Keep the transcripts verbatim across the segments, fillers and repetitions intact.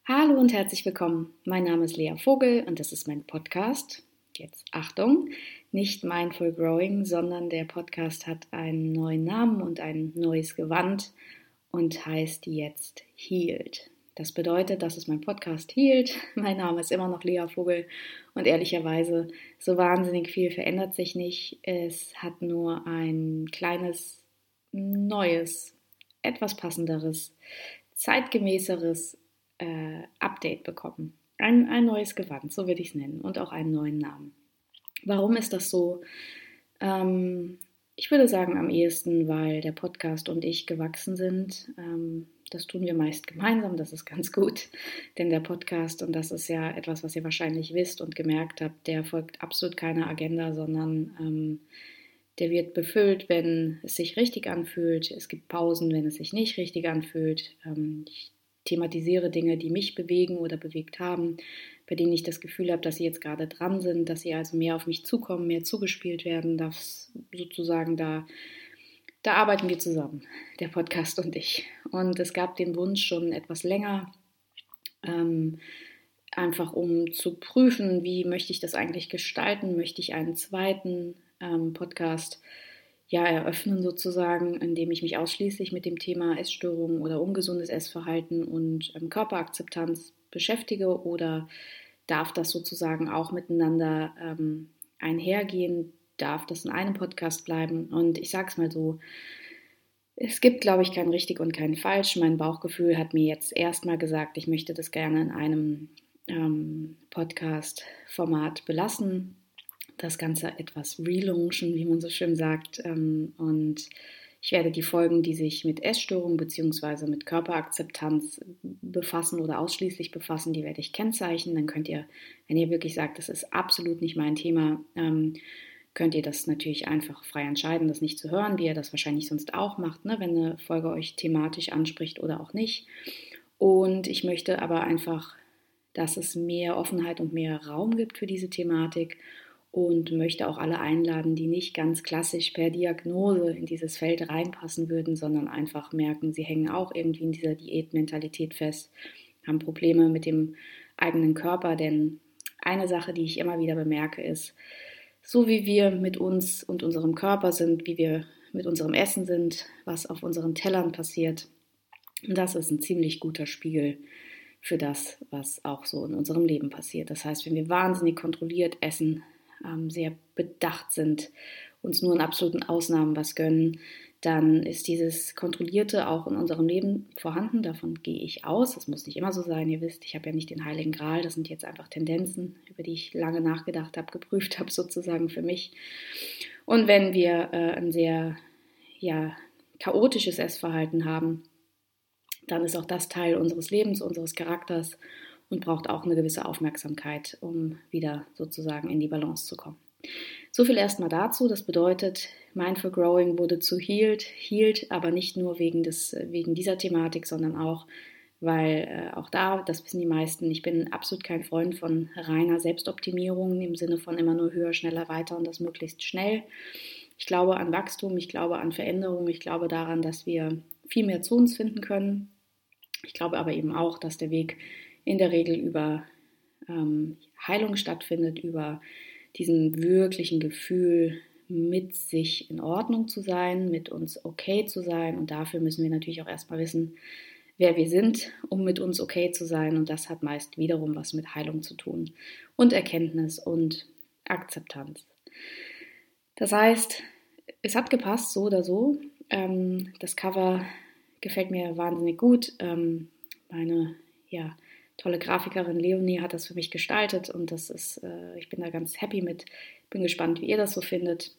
Hallo und herzlich willkommen. Mein Name ist Lea Vogel und das ist mein Podcast. Jetzt Achtung, nicht Mindful Growing, sondern der Podcast hat einen neuen Namen und ein neues Gewand und heißt jetzt Healed. Das bedeutet, das ist mein Podcast Healed. Mein Name ist immer noch Lea Vogel und ehrlicherweise so wahnsinnig viel verändert sich nicht. Es hat nur ein kleines, neues, etwas passenderes, zeitgemäßeres äh, Update bekommen. Ein, ein neues Gewand, so würde ich es nennen, und auch einen neuen Namen. Warum ist das so? Ähm, ich würde sagen am ehesten, weil der Podcast und ich gewachsen sind. Ähm, das tun wir meist gemeinsam, das ist ganz gut, denn der Podcast, und das ist ja etwas, was ihr wahrscheinlich wisst und gemerkt habt, der folgt absolut keiner Agenda, sondern ähm, der wird befüllt, wenn es sich richtig anfühlt. Es gibt Pausen, wenn es sich nicht richtig anfühlt. Ähm, ich thematisiere Dinge, die mich bewegen oder bewegt haben, bei denen ich das Gefühl habe, dass sie jetzt gerade dran sind, dass sie also mehr auf mich zukommen, mehr zugespielt werden, dass sozusagen da, da arbeiten wir zusammen, der Podcast und ich. Und es gab den Wunsch schon etwas länger, ähm, einfach um zu prüfen, wie möchte ich das eigentlich gestalten, möchte ich einen zweiten ähm, Podcast ja, eröffnen sozusagen, indem ich mich ausschließlich mit dem Thema Essstörungen oder ungesundes Essverhalten und ähm, Körperakzeptanz beschäftige, oder darf das sozusagen auch miteinander ähm, einhergehen, darf das in einem Podcast bleiben? Und ich sage es mal so, es gibt, glaube ich, kein richtig und kein falsch. Mein Bauchgefühl hat mir jetzt erstmal gesagt, ich möchte das gerne in einem ähm, Podcast-Format belassen, das Ganze etwas relaunchen, wie man so schön sagt. Und ich werde die Folgen, die sich mit Essstörungen bzw. mit Körperakzeptanz befassen oder ausschließlich befassen, die werde ich kennzeichnen. Dann könnt ihr, wenn ihr wirklich sagt, das ist absolut nicht mein Thema, könnt ihr das natürlich einfach frei entscheiden, das nicht zu hören, wie ihr das wahrscheinlich sonst auch macht, ne, wenn eine Folge euch thematisch anspricht oder auch nicht. Und ich möchte aber einfach, dass es mehr Offenheit und mehr Raum gibt für diese Thematik, und möchte auch alle einladen, die nicht ganz klassisch per Diagnose in dieses Feld reinpassen würden, sondern einfach merken, sie hängen auch irgendwie in dieser Diätmentalität fest, haben Probleme mit dem eigenen Körper. Denn eine Sache, die ich immer wieder bemerke, ist, so wie wir mit uns und unserem Körper sind, wie wir mit unserem Essen sind, was auf unseren Tellern passiert, das ist ein ziemlich guter Spiegel für das, was auch so in unserem Leben passiert. Das heißt, wenn wir wahnsinnig kontrolliert essen, sehr bedacht sind, uns nur in absoluten Ausnahmen was gönnen, dann ist dieses Kontrollierte auch in unserem Leben vorhanden. Davon gehe ich aus. Das muss nicht immer so sein. Ihr wisst, ich habe ja nicht den Heiligen Gral. Das sind jetzt einfach Tendenzen, über die ich lange nachgedacht habe, geprüft habe sozusagen für mich. Und wenn wir äh, ein sehr ja, chaotisches Essverhalten haben, dann ist auch das Teil unseres Lebens, unseres Charakters, und braucht auch eine gewisse Aufmerksamkeit, um wieder sozusagen in die Balance zu kommen. So viel erstmal dazu. Das bedeutet, Mindful Growing wurde zu Healed. Healed aber nicht nur wegen, des, wegen dieser Thematik, sondern auch, weil äh, auch da, das wissen die meisten, ich bin absolut kein Freund von reiner Selbstoptimierung im Sinne von immer nur höher, schneller, weiter und das möglichst schnell. Ich glaube an Wachstum, ich glaube an Veränderung, ich glaube daran, dass wir viel mehr zu uns finden können. Ich glaube aber eben auch, dass der Weg in der Regel über ähm, Heilung stattfindet, über diesem wirklichen Gefühl, mit sich in Ordnung zu sein, mit uns okay zu sein. Und dafür müssen wir natürlich auch erstmal wissen, wer wir sind, um mit uns okay zu sein. Und das hat meist wiederum was mit Heilung zu tun und Erkenntnis und Akzeptanz. Das heißt, es hat gepasst, so oder so. Ähm, das Cover gefällt mir wahnsinnig gut. Ähm, meine, ja, tolle Grafikerin Leonie hat das für mich gestaltet und das ist, äh, ich bin da ganz happy mit. Bin gespannt, wie ihr das so findet.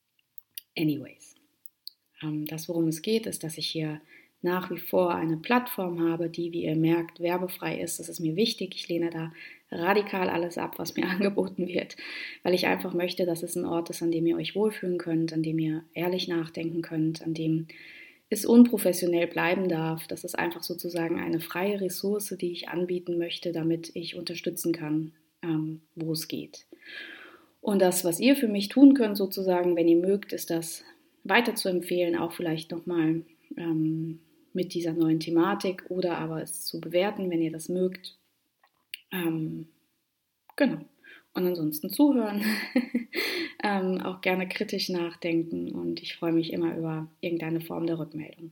Anyways, ähm, das, worum es geht, ist, dass ich hier nach wie vor eine Plattform habe, die, wie ihr merkt, werbefrei ist. Das ist mir wichtig. Ich lehne da radikal alles ab, was mir angeboten wird, weil ich einfach möchte, dass es ein Ort ist, an dem ihr euch wohlfühlen könnt, an dem ihr ehrlich nachdenken könnt, an dem es unprofessionell bleiben darf. Das ist einfach sozusagen eine freie Ressource, die ich anbieten möchte, damit ich unterstützen kann, ähm, wo es geht. Und das, was ihr für mich tun könnt, sozusagen, wenn ihr mögt, ist das weiter zu empfehlen, auch vielleicht nochmal ähm, mit dieser neuen Thematik oder aber es zu bewerten, wenn ihr das mögt. Ähm, genau. Und ansonsten zuhören, ähm, auch gerne kritisch nachdenken und ich freue mich immer über irgendeine Form der Rückmeldung.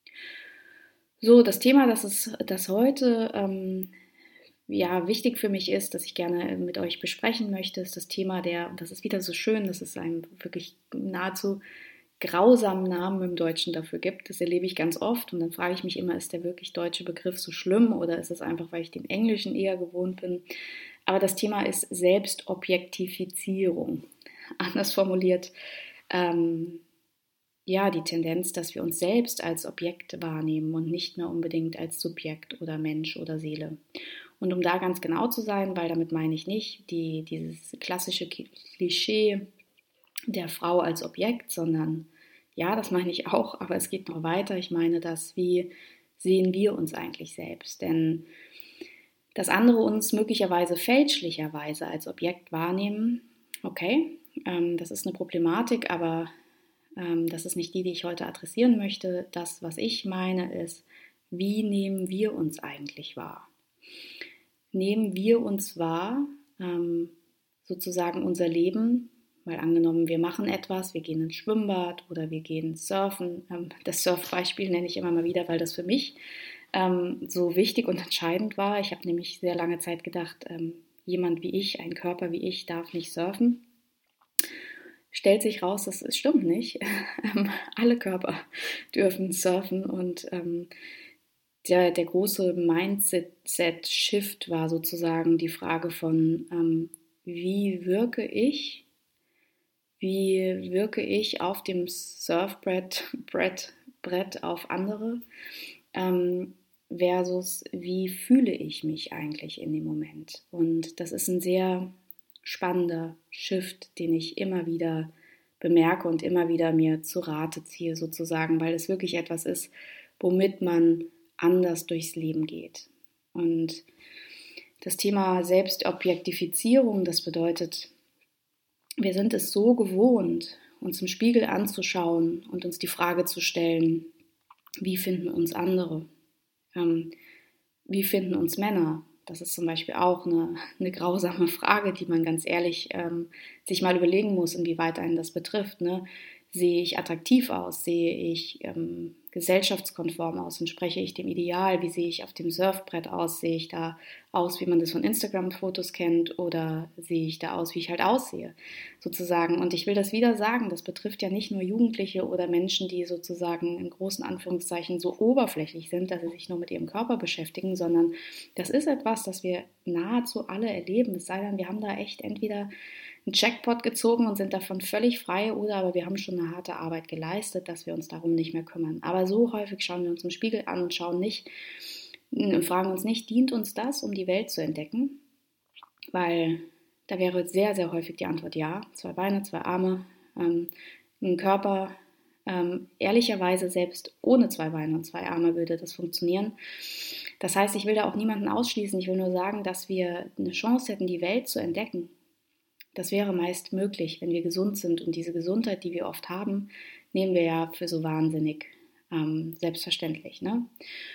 So, das Thema, das, ist, das heute ähm, ja, wichtig für mich ist, das ich gerne mit euch besprechen möchte, ist das Thema der, und das ist wieder so schön, dass es einen wirklich nahezu grausamen Namen im Deutschen dafür gibt. Das erlebe ich ganz oft und dann frage ich mich immer, ist der wirklich deutsche Begriff so schlimm oder ist es einfach, weil ich den Englischen eher gewohnt bin? Aber das Thema ist Selbstobjektifizierung. Anders formuliert, ähm, ja, die Tendenz, dass wir uns selbst als Objekt wahrnehmen und nicht mehr unbedingt als Subjekt oder Mensch oder Seele. Und um da ganz genau zu sein, weil damit meine ich nicht die, dieses klassische Klischee der Frau als Objekt, sondern ja, das meine ich auch, aber es geht noch weiter. Ich meine das, wie sehen wir uns eigentlich selbst? Denn dass andere uns möglicherweise fälschlicherweise als Objekt wahrnehmen, okay, ähm, das ist eine Problematik, aber ähm, das ist nicht die, die ich heute adressieren möchte. Das, was ich meine, ist, wie nehmen wir uns eigentlich wahr? Nehmen wir uns wahr, ähm, sozusagen unser Leben, mal angenommen, wir machen etwas, wir gehen ins Schwimmbad oder wir gehen surfen. Ähm, das Surfbeispiel nenne ich immer mal wieder, weil das für mich ähm, so wichtig und entscheidend war. Ich habe nämlich sehr lange Zeit gedacht, ähm, jemand wie ich, ein Körper wie ich, darf nicht surfen. Stellt sich raus, das stimmt nicht. Alle Körper dürfen surfen und ähm, der, der große Mindset-Shift war sozusagen die Frage von, ähm, wie wirke ich, wie wirke ich auf dem Surfbrett Brett, Brett auf andere ähm, versus wie fühle ich mich eigentlich in dem Moment. Und das ist ein sehr spannender Shift, den ich immer wieder bemerke und immer wieder mir zu Rate ziehe sozusagen, weil es wirklich etwas ist, womit man anders durchs Leben geht. Und das Thema Selbstobjektifizierung, das bedeutet, wir sind es so gewohnt, uns im Spiegel anzuschauen und uns die Frage zu stellen, wie finden uns andere? Ähm, wie finden uns Männer? Das ist zum Beispiel auch eine, eine grausame Frage, die man ganz ehrlich ähm, sich mal überlegen muss, inwieweit einen das betrifft. Ne? Sehe ich attraktiv aus? Sehe ich ähm, gesellschaftskonform aus? Entspreche ich dem Ideal? Wie sehe ich auf dem Surfbrett aus? Sehe ich da aus, wie man das von Instagram-Fotos kennt? Oder sehe ich da aus, wie ich halt aussehe? Sozusagen. Und ich will das wieder sagen, das betrifft ja nicht nur Jugendliche oder Menschen, die sozusagen in großen Anführungszeichen so oberflächlich sind, dass sie sich nur mit ihrem Körper beschäftigen, sondern das ist etwas, das wir nahezu alle erleben. Es sei denn, wir haben da echt entweder einen Jackpot gezogen und sind davon völlig frei oder aber wir haben schon eine harte Arbeit geleistet, dass wir uns darum nicht mehr kümmern. Aber so häufig schauen wir uns im Spiegel an und schauen nicht, und fragen uns nicht, dient uns das, um die Welt zu entdecken? Weil da wäre sehr, sehr häufig die Antwort ja. Zwei Beine, zwei Arme, ähm, ein Körper. Ähm, ehrlicherweise selbst ohne zwei Beine und zwei Arme würde das funktionieren. Das heißt, ich will da auch niemanden ausschließen. Ich will nur sagen, dass wir eine Chance hätten, die Welt zu entdecken. Das wäre meist möglich, wenn wir gesund sind. Und diese Gesundheit, die wir oft haben, nehmen wir ja für so wahnsinnig ähm, selbstverständlich. Ne?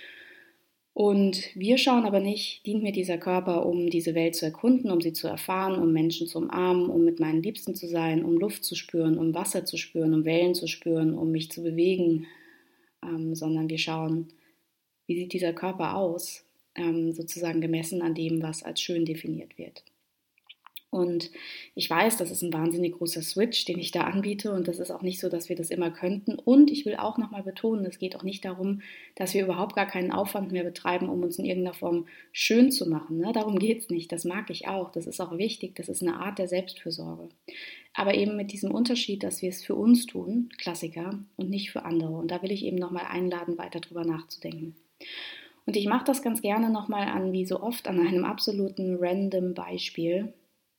Und wir schauen aber nicht, dient mir dieser Körper, um diese Welt zu erkunden, um sie zu erfahren, um Menschen zu umarmen, um mit meinen Liebsten zu sein, um Luft zu spüren, um Wasser zu spüren, um Wellen zu spüren, um mich zu bewegen, ähm, sondern wir schauen, wie sieht dieser Körper aus, ähm, sozusagen gemessen an dem, was als schön definiert wird. Und ich weiß, das ist ein wahnsinnig großer Switch, den ich da anbiete und das ist auch nicht so, dass wir das immer könnten. Und ich will auch nochmal betonen, es geht auch nicht darum, dass wir überhaupt gar keinen Aufwand mehr betreiben, um uns in irgendeiner Form schön zu machen. Ne? Darum geht es nicht, das mag ich auch, das ist auch wichtig, das ist eine Art der Selbstfürsorge. Aber eben mit diesem Unterschied, dass wir es für uns tun, Klassiker, und nicht für andere. Und da will ich eben nochmal einladen, weiter drüber nachzudenken. Und ich mache das ganz gerne nochmal an, wie so oft, an einem absoluten random Beispiel.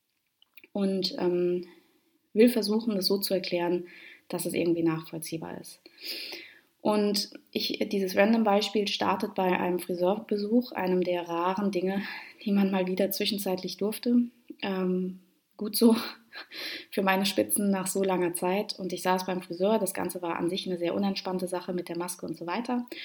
Und ähm, will versuchen, das so zu erklären, dass es irgendwie nachvollziehbar ist. Und ich, dieses Random-Beispiel startet bei einem Friseurbesuch, einem der raren Dinge, die man mal wieder zwischenzeitlich durfte. Ähm, gut so für meine Spitzen nach so langer Zeit. Und ich saß beim Friseur, das Ganze war an sich eine sehr unentspannte Sache mit der Maske und so weiter.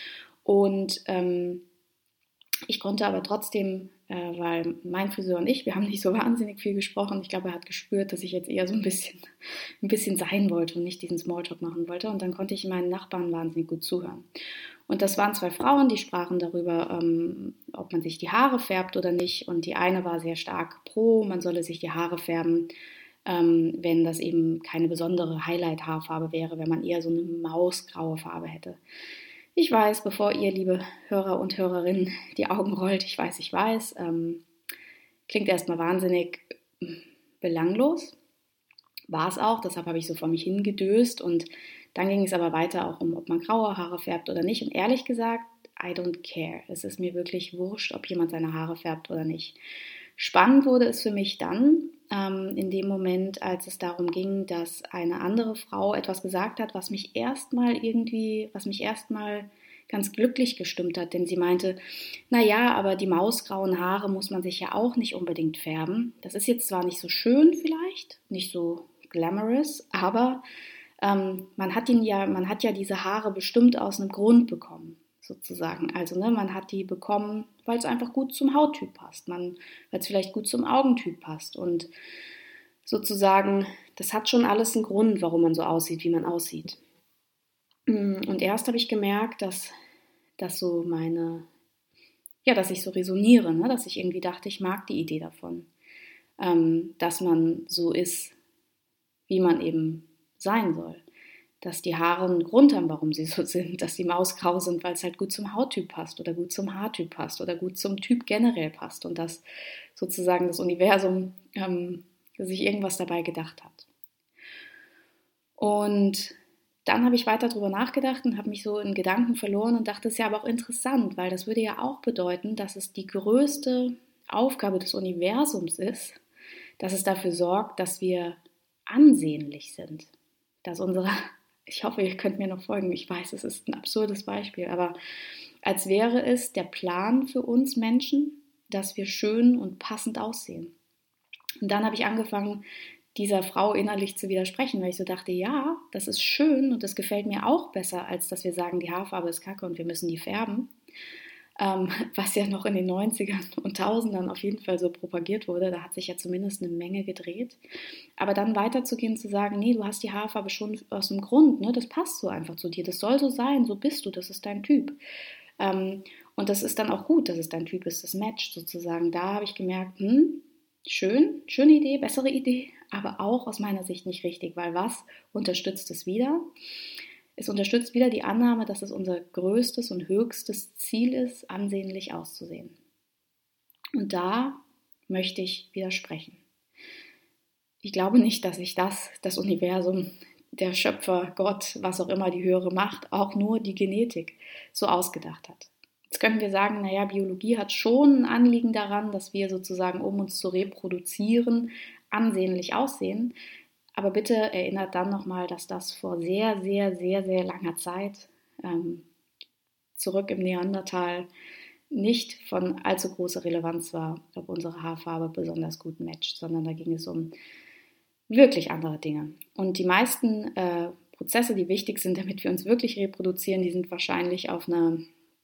Und ähm, ich konnte aber trotzdem, äh, weil mein Friseur und ich, wir haben nicht so wahnsinnig viel gesprochen. Ich glaube, er hat gespürt, dass ich jetzt eher so ein bisschen, ein bisschen sein wollte und nicht diesen Smalltalk machen wollte. Und dann konnte ich meinen Nachbarn wahnsinnig gut zuhören. Und das waren zwei Frauen, die sprachen darüber, ähm, ob man sich die Haare färbt oder nicht. Und die eine war sehr stark pro, man solle sich die Haare färben, ähm, wenn das eben keine besondere Highlight-Haarfarbe wäre, wenn man eher so eine mausgraue Farbe hätte. Ich weiß, bevor ihr, liebe Hörer und Hörerinnen, die Augen rollt, ich weiß, ich weiß, ähm, klingt erstmal wahnsinnig belanglos. War es auch, deshalb habe ich so vor mich hingedöst und dann ging es aber weiter auch um, ob man graue Haare färbt oder nicht. Und ehrlich gesagt, I don't care. Es ist mir wirklich wurscht, ob jemand seine Haare färbt oder nicht. Spannend wurde es für mich dann, ähm, in dem Moment, als es darum ging, dass eine andere Frau etwas gesagt hat, was mich erstmal irgendwie, was mich erstmal ganz glücklich gestimmt hat, denn sie meinte, naja, aber die mausgrauen Haare muss man sich ja auch nicht unbedingt färben. Das ist jetzt zwar nicht so schön vielleicht, nicht so glamorous, aber ähm, man hat ihn ja, man hat ja diese Haare bestimmt aus einem Grund bekommen, sozusagen. Also ne, man hat die bekommen, weil es einfach gut zum Hauttyp passt, man, weil es vielleicht gut zum Augentyp passt und sozusagen, das hat schon alles einen Grund, warum man so aussieht, wie man aussieht. Und erst habe ich gemerkt, dass, dass so meine, ja, dass ich so resoniere, ne? Dass ich irgendwie dachte, ich mag die Idee davon, ähm, dass man so ist, wie man eben sein soll. Dass die Haare einen Grund haben, warum sie so sind, dass die mausgrau sind, weil es halt gut zum Hauttyp passt oder gut zum Haartyp passt oder gut zum Typ generell passt und dass sozusagen das Universum ähm, sich irgendwas dabei gedacht hat. Und dann habe ich weiter darüber nachgedacht und habe mich so in Gedanken verloren und dachte, es ist ja aber auch interessant, weil das würde ja auch bedeuten, dass es die größte Aufgabe des Universums ist, dass es dafür sorgt, dass wir ansehnlich sind. Dass unsere, ich hoffe, ihr könnt mir noch folgen, ich weiß, es ist ein absurdes Beispiel, aber als wäre es der Plan für uns Menschen, dass wir schön und passend aussehen. Und dann habe ich angefangen, dieser Frau innerlich zu widersprechen, weil ich so dachte, ja, das ist schön und das gefällt mir auch besser, als dass wir sagen, die Haarfarbe ist kacke und wir müssen die färben, ähm, was ja noch in den neunzigern und Tausendern auf jeden Fall so propagiert wurde, da hat sich ja zumindest eine Menge gedreht, aber dann weiterzugehen, zu sagen, nee, du hast die Haarfarbe schon aus dem Grund, ne? Das passt so einfach zu dir, das soll so sein, so bist du, das ist dein Typ. Ähm, und das ist dann auch gut, dass es dein Typ ist, das matcht sozusagen. Da habe ich gemerkt, hm, schön, schöne Idee, bessere Idee, aber auch aus meiner Sicht nicht richtig, weil was unterstützt es wieder? Es unterstützt wieder die Annahme, dass es unser größtes und höchstes Ziel ist, ansehnlich auszusehen. Und da möchte ich widersprechen. Ich glaube nicht, dass sich das, das Universum, der Schöpfer, Gott, was auch immer die höhere Macht, auch nur die Genetik so ausgedacht hat. Jetzt können wir sagen, naja, Biologie hat schon ein Anliegen daran, dass wir sozusagen, um uns zu reproduzieren, ansehnlich aussehen. Aber bitte erinnert dann nochmal, dass das vor sehr, sehr, sehr, sehr langer Zeit, ähm, zurück im Neandertal, nicht von allzu großer Relevanz war, ob unsere Haarfarbe besonders gut matcht, sondern da ging es um wirklich andere Dinge. Und die meisten äh, Prozesse, die wichtig sind, damit wir uns wirklich reproduzieren, die sind wahrscheinlich auf einer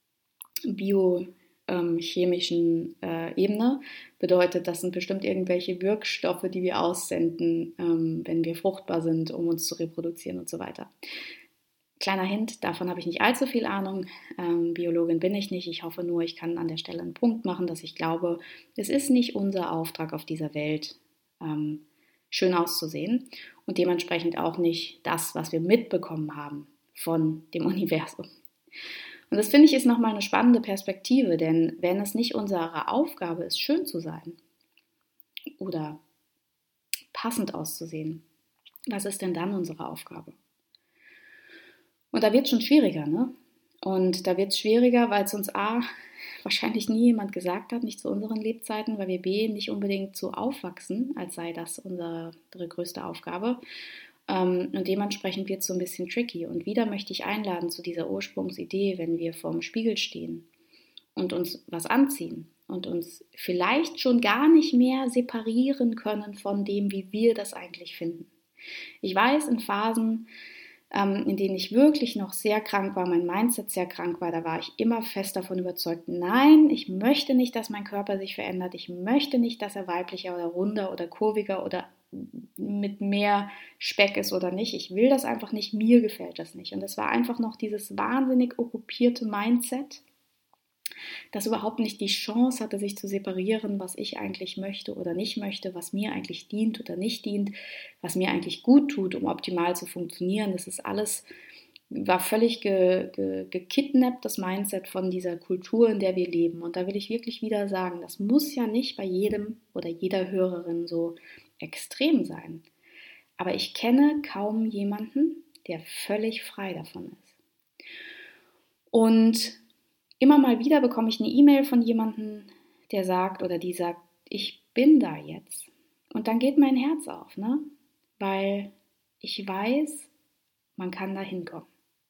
biochemischen äh, Ebene. Bedeutet, das sind bestimmt irgendwelche Wirkstoffe, die wir aussenden, ähm, wenn wir fruchtbar sind, um uns zu reproduzieren und so weiter. Kleiner Hint, davon habe ich nicht allzu viel Ahnung. Ähm, Biologin bin ich nicht. Ich hoffe nur, ich kann an der Stelle einen Punkt machen, dass ich glaube, es ist nicht unser Auftrag auf dieser Welt, ähm, schön auszusehen und dementsprechend auch nicht das, was wir mitbekommen haben von dem Universum. Und das finde ich ist nochmal eine spannende Perspektive, denn wenn es nicht unsere Aufgabe ist, schön zu sein oder passend auszusehen, was ist denn dann unsere Aufgabe? Und da wird es schon schwieriger, ne? Und da wird es schwieriger, weil es uns A, wahrscheinlich nie jemand gesagt hat, nicht zu unseren Lebzeiten, weil wir B, nicht unbedingt so aufwachsen, als sei das unsere, unsere größte Aufgabe. Und dementsprechend wird es so ein bisschen tricky. Und wieder möchte ich einladen zu dieser Ursprungsidee, wenn wir vorm Spiegel stehen und uns was anziehen und uns vielleicht schon gar nicht mehr separieren können von dem, wie wir das eigentlich finden. Ich weiß, in Phasen ähm, in denen ich wirklich noch sehr krank war, mein Mindset sehr krank war, da war ich immer fest davon überzeugt, nein, ich möchte nicht, dass mein Körper sich verändert, ich möchte nicht, dass er weiblicher oder runder oder kurviger oder mit mehr Speck ist oder nicht. Ich will das einfach nicht, mir gefällt das nicht. Und es war einfach noch dieses wahnsinnig okkupierte Mindset, das überhaupt nicht die Chance hatte, sich zu separieren, was ich eigentlich möchte oder nicht möchte, was mir eigentlich dient oder nicht dient, was mir eigentlich gut tut, um optimal zu funktionieren. Das ist alles, war völlig ge, ge, gekidnappt, das Mindset von dieser Kultur, in der wir leben. Und da will ich wirklich wieder sagen, das muss ja nicht bei jedem oder jeder Hörerin so extrem sein. Aber ich kenne kaum jemanden, der völlig frei davon ist. Und immer mal wieder bekomme ich eine E-Mail von jemandem, der sagt oder die sagt, ich bin da jetzt. Und dann geht mein Herz auf, ne? Weil ich weiß, man kann da hinkommen.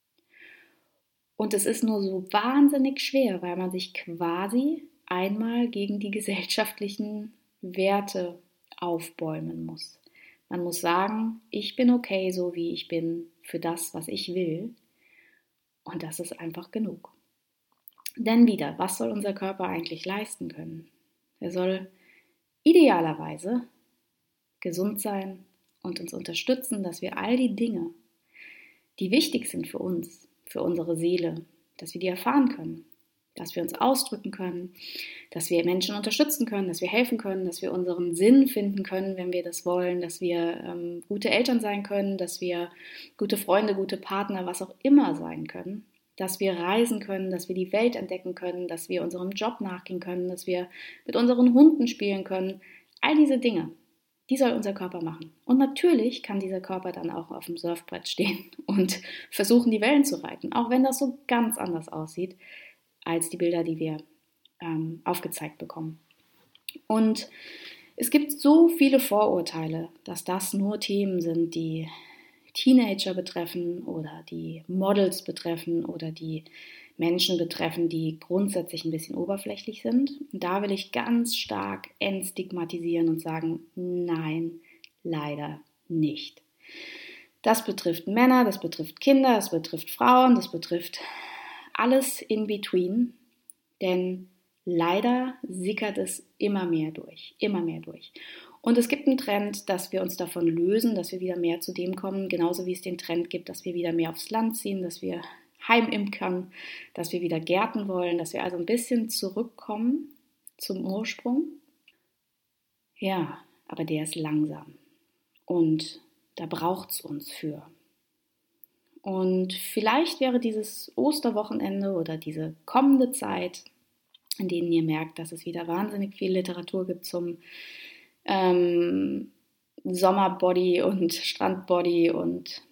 Und es ist nur so wahnsinnig schwer, weil man sich quasi einmal gegen die gesellschaftlichen Werte aufbäumen muss. Man muss sagen, ich bin okay, so wie ich bin, für das, was ich will. Und das ist einfach genug. Denn wieder, was soll unser Körper eigentlich leisten können? Er soll idealerweise gesund sein und uns unterstützen, dass wir all die Dinge, die wichtig sind für uns, für unsere Seele, dass wir die erfahren können, dass wir uns ausdrücken können, dass wir Menschen unterstützen können, dass wir helfen können, dass wir unseren Sinn finden können, wenn wir das wollen, dass wir ähm, gute Eltern sein können, dass wir gute Freunde, gute Partner, was auch immer sein können, dass wir reisen können, dass wir die Welt entdecken können, dass wir unserem Job nachgehen können, dass wir mit unseren Hunden spielen können. All diese Dinge, die soll unser Körper machen. Und natürlich kann dieser Körper dann auch auf dem Surfbrett stehen und versuchen, die Wellen zu reiten, auch wenn das so ganz anders aussieht als die Bilder, die wir ähm, aufgezeigt bekommen. Und es gibt so viele Vorurteile, dass das nur Themen sind, die Teenager betreffen oder die Models betreffen oder die Menschen betreffen, die grundsätzlich ein bisschen oberflächlich sind. Und da will ich ganz stark entstigmatisieren und sagen, nein, leider nicht. Das betrifft Männer, das betrifft Kinder, das betrifft Frauen, das betrifft alles in between, denn leider sickert es immer mehr durch, immer mehr durch. Und es gibt einen Trend, dass wir uns davon lösen, dass wir wieder mehr zu dem kommen, genauso wie es den Trend gibt, dass wir wieder mehr aufs Land ziehen, dass wir heimimkern, dass wir wieder Gärten wollen, dass wir also ein bisschen zurückkommen zum Ursprung. Ja, aber der ist langsam und da braucht es uns für. Und vielleicht wäre dieses Osterwochenende oder diese kommende Zeit, in denen ihr merkt, dass es wieder wahnsinnig viel Literatur gibt zum ähm, Sommerbody und Strandbody und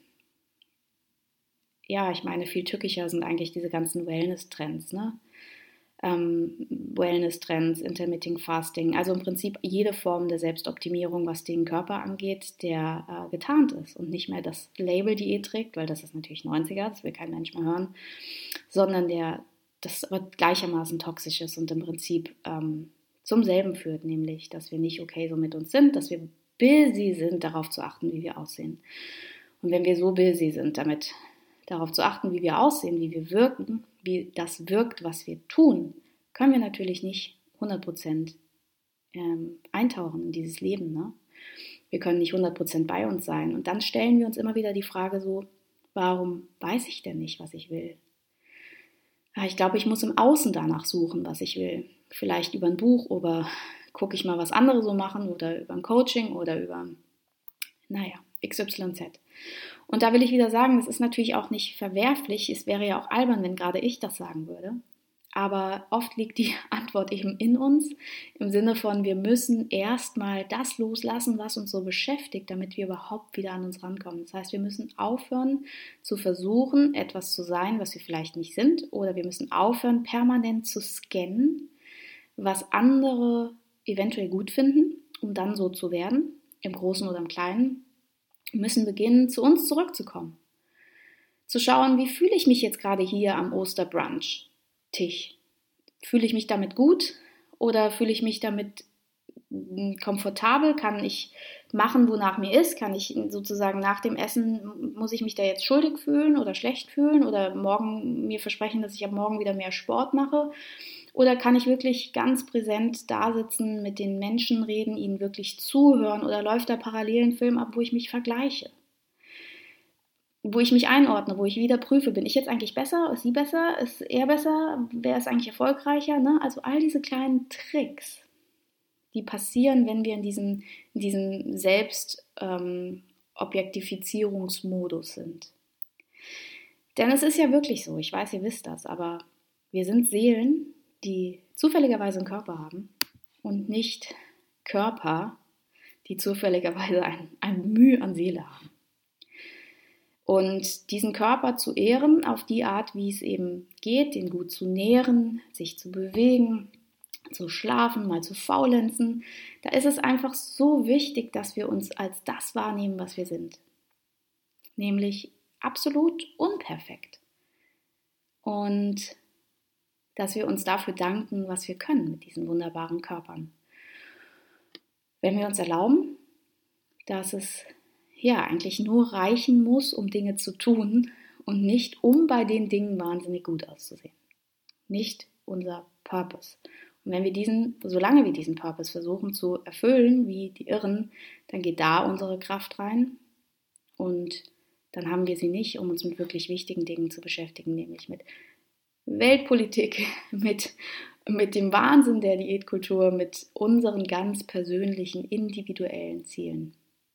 ja, ich meine, viel tückischer sind eigentlich diese ganzen Wellness-Trends, ne? Ähm, Wellness-Trends, Intermittent Fasting, also im Prinzip jede Form der Selbstoptimierung, was den Körper angeht, der äh, getarnt ist und nicht mehr das Label Diät trägt, weil das ist natürlich neunziger, das will kein Mensch mehr hören, sondern der das aber gleichermaßen toxisch ist und im Prinzip ähm, zum selben führt, nämlich, dass wir nicht okay so mit uns sind, dass wir busy sind, darauf zu achten, wie wir aussehen. Und wenn wir so busy sind, damit darauf zu achten, wie wir aussehen, wie wir wirken, wie das wirkt, was wir tun, können wir natürlich nicht hundert Prozent ähm, eintauchen in dieses Leben. Ne? Wir können nicht hundert Prozent bei uns sein. Und dann stellen wir uns immer wieder die Frage so, warum weiß ich denn nicht, was ich will? Ja, ich glaube, ich muss im Außen danach suchen, was ich will. Vielleicht über ein Buch oder gucke ich mal, was andere so machen oder über ein Coaching oder über, naja, X Y Z. Und da will ich wieder sagen, das ist natürlich auch nicht verwerflich, es wäre ja auch albern, wenn gerade ich das sagen würde, aber oft liegt die Antwort eben in uns, im Sinne von, wir müssen erstmal das loslassen, was uns so beschäftigt, damit wir überhaupt wieder an uns rankommen. Das heißt, wir müssen aufhören zu versuchen, etwas zu sein, was wir vielleicht nicht sind, oder wir müssen aufhören, permanent zu scannen, was andere eventuell gut finden, um dann so zu werden, im Großen oder im Kleinen. Wir müssen beginnen, zu uns zurückzukommen. Zu schauen, wie fühle ich mich jetzt gerade hier am Osterbrunch-Tisch? Fühle ich mich damit gut oder fühle ich mich damit komfortabel? Kann ich machen, wonach mir ist? Kann ich sozusagen nach dem Essen, muss ich mich da jetzt schuldig fühlen oder schlecht fühlen oder morgen mir versprechen, dass ich ab morgen wieder mehr Sport mache? Oder kann ich wirklich ganz präsent da sitzen, mit den Menschen reden, ihnen wirklich zuhören oder läuft da parallel ein Film ab, wo ich mich vergleiche? Wo ich mich einordne, wo ich wieder prüfe, bin ich jetzt eigentlich besser, ist sie besser, ist er besser, wer ist eigentlich erfolgreicher? Ne? Also all diese kleinen Tricks, die passieren, wenn wir in diesem, in diesem Selbst-Objektifizierungsmodus ähm, sind. Denn es ist ja wirklich so, ich weiß, ihr wisst das, aber wir sind Seelen, die zufälligerweise einen Körper haben und nicht Körper, die zufälligerweise ein, ein Mühe an Seele haben. Und diesen Körper zu ehren auf die Art, wie es eben geht, den gut zu nähren, sich zu bewegen, zu schlafen, mal zu faulenzen, da ist es einfach so wichtig, dass wir uns als das wahrnehmen, was wir sind. Nämlich absolut unperfekt. Und dass wir uns dafür danken, was wir können mit diesen wunderbaren Körpern. Wenn wir uns erlauben, dass es ja eigentlich nur reichen muss, um Dinge zu tun und nicht, um bei den Dingen wahnsinnig gut auszusehen. Nicht unser Purpose. Und wenn wir diesen, solange wir diesen Purpose versuchen zu erfüllen, wie die Irren, dann geht da unsere Kraft rein und dann haben wir sie nicht, um uns mit wirklich wichtigen Dingen zu beschäftigen, nämlich mit Weltpolitik, mit, mit dem Wahnsinn der Diätkultur, mit unseren ganz persönlichen, individuellen Zielen.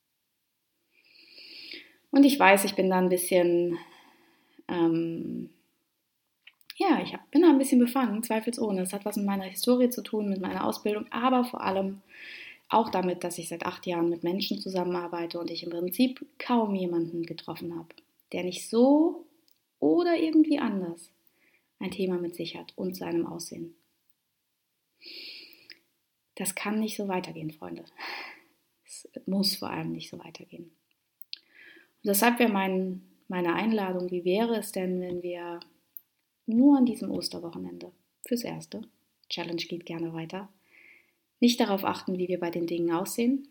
Und ich weiß, ich bin da ein bisschen, ähm, ja, ich hab, bin da ein bisschen befangen, zweifelsohne. Es hat was mit meiner Historie zu tun, mit meiner Ausbildung, aber vor allem auch damit, dass ich seit acht Jahren mit Menschen zusammenarbeite und ich im Prinzip kaum jemanden getroffen habe, der nicht so oder irgendwie anders ein Thema mit sich hat und seinem Aussehen. Das kann nicht so weitergehen, Freunde. Es muss vor allem nicht so weitergehen. Und deshalb wäre mein, meine Einladung, wie wäre es denn, wenn wir nur an diesem Osterwochenende, fürs Erste, Challenge geht gerne weiter, nicht darauf achten, wie wir bei den Dingen aussehen,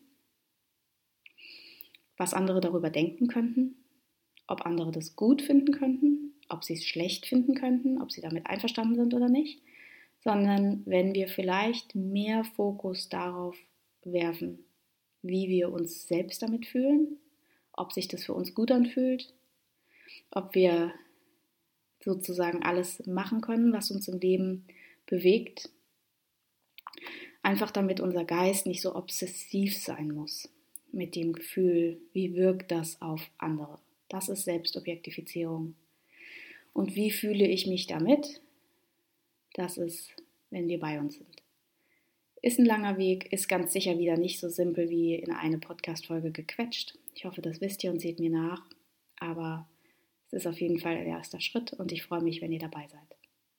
was andere darüber denken könnten, ob andere das gut finden könnten, ob sie es schlecht finden könnten, ob sie damit einverstanden sind oder nicht, sondern wenn wir vielleicht mehr Fokus darauf werfen, wie wir uns selbst damit fühlen, ob sich das für uns gut anfühlt, ob wir sozusagen alles machen können, was uns im Leben bewegt, einfach damit unser Geist nicht so obsessiv sein muss mit dem Gefühl, wie wirkt das auf andere. Das ist Selbstobjektifizierung. Und wie fühle ich mich damit? Das ist, wenn wir bei uns sind. Ist ein langer Weg, ist ganz sicher wieder nicht so simpel wie in eine Podcast-Folge gequetscht. Ich hoffe, das wisst ihr und seht mir nach. Aber es ist auf jeden Fall ein erster Schritt und ich freue mich, wenn ihr dabei seid.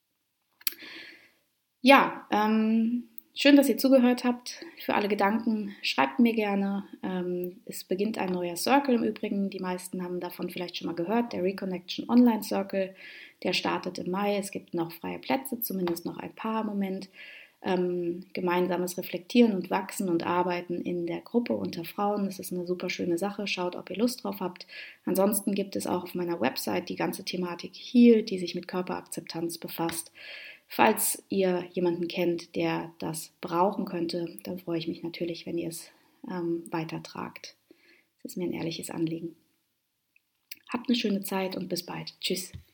Ja, ähm, schön, dass ihr zugehört habt. Für alle Gedanken schreibt mir gerne. Ähm, es beginnt ein neuer Circle im Übrigen. Die meisten haben davon vielleicht schon mal gehört. Der Reconnection Online Circle, der startet im Mai. Es gibt noch freie Plätze, zumindest noch ein paar im Moment. Ähm, gemeinsames Reflektieren und Wachsen und Arbeiten in der Gruppe unter Frauen. Das ist eine super schöne Sache. Schaut, ob ihr Lust drauf habt. Ansonsten gibt es auch auf meiner Website die ganze Thematik Heal, die sich mit Körperakzeptanz befasst. Falls ihr jemanden kennt, der das brauchen könnte, dann freue ich mich natürlich, wenn ihr es ähm, weitertragt. Es ist mir ein ehrliches Anliegen. Habt eine schöne Zeit und bis bald. Tschüss.